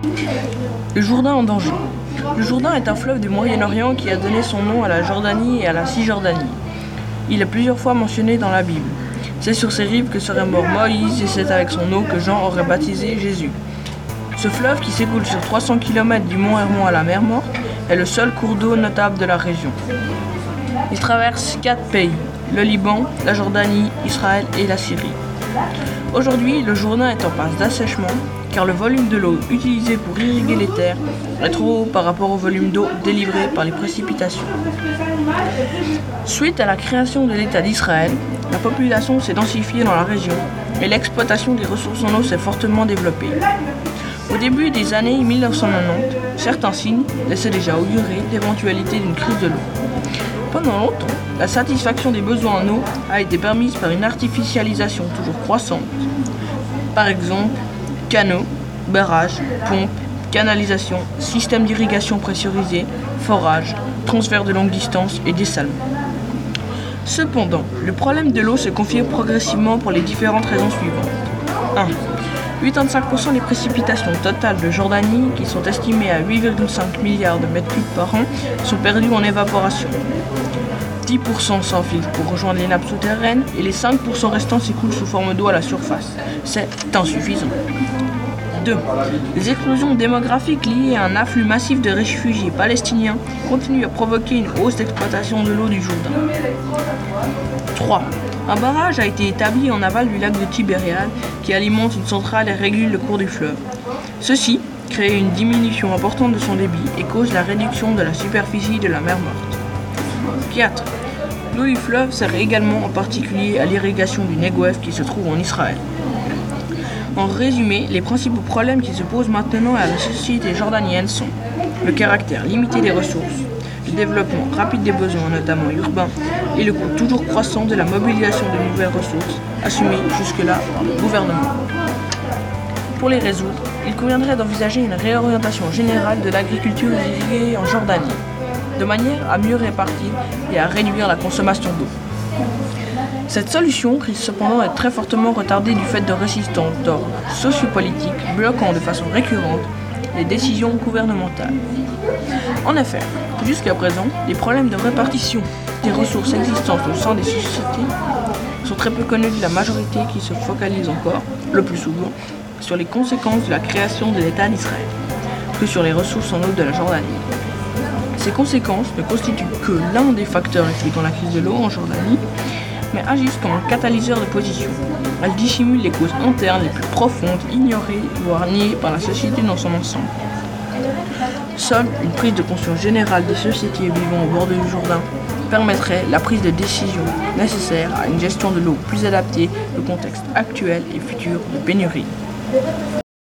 Le Jourdain en danger. Le Jourdain est un fleuve du Moyen-Orient qui a donné son nom à la Jordanie et à la Cisjordanie. Il est plusieurs fois mentionné dans la Bible. C'est sur ses rives que serait mort Moïse et c'est avec son eau que Jean aurait baptisé Jésus. Ce fleuve, qui s'écoule sur 300 km du mont Hermon à la mer Morte, est le seul cours d'eau notable de la région. Il traverse 4 pays, le Liban, la Jordanie, Israël et la Syrie. Aujourd'hui, le Jourdain est en passe d'assèchement car le volume de l'eau utilisé pour irriguer les terres est trop haut par rapport au volume d'eau délivré par les précipitations. Suite à la création de l'État d'Israël, la population s'est densifiée dans la région et l'exploitation des ressources en eau s'est fortement développée. Au début des années 1990, certains signes laissaient déjà augurer l'éventualité d'une crise de l'eau. Pendant longtemps, la satisfaction des besoins en eau a été permise par une artificialisation toujours croissante. Par exemple, canaux, barrages, pompes, canalisations, systèmes d'irrigation pressurisés, forages, transferts de longue distance et dessalement. Cependant, le problème de l'eau se confirme progressivement pour les différentes raisons suivantes. 1. 85% des précipitations totales de Jordanie, qui sont estimées à 8,5 milliards de mètres cubes par an, sont perdues en évaporation. 10% s'enfilent pour rejoindre les nappes souterraines et les 5% restants s'écoulent sous forme d'eau à la surface. C'est insuffisant. 2. Les explosions démographiques liées à un afflux massif de réfugiés palestiniens continuent à provoquer une hausse d'exploitation de l'eau du Jourdain. 3. Un barrage a été établi en aval du lac de Tibériade qui alimente une centrale et régule le cours du fleuve. Ceci crée une diminution importante de son débit et cause la réduction de la superficie de la mer Morte. 4. L'eau du fleuve sert également en particulier à l'irrigation du Negev qui se trouve en Israël. En résumé, les principaux problèmes qui se posent maintenant à la société jordanienne sont le caractère limité des ressources, le développement rapide des besoins, notamment urbains, et le coût toujours croissant de la mobilisation de nouvelles ressources, assumées jusque-là par le gouvernement. Pour les résoudre, il conviendrait d'envisager une réorientation générale de l'agriculture irriguée en Jordanie, de manière à mieux répartir et à réduire la consommation d'eau. Cette solution risque cependant d'être très fortement retardée du fait de résistances d'ordre sociopolitique bloquant de façon récurrente les décisions gouvernementales. En effet, jusqu'à présent, les problèmes de répartition des ressources existantes au sein des sociétés sont très peu connus de la majorité qui se focalise encore, le plus souvent, sur les conséquences de la création de l'État d'Israël, que sur les ressources en eau de la Jordanie. Ces conséquences ne constituent que l'un des facteurs expliquant la crise de l'eau en Jordanie, mais agissent comme un catalyseur de position. Elles dissimulent les causes internes les plus profondes, ignorées, voire niées par la société dans son ensemble. Seule une prise de conscience générale des sociétés vivant au bord du Jourdain permettrait la prise de décision nécessaire à une gestion de l'eau plus adaptée au contexte actuel et futur de pénurie.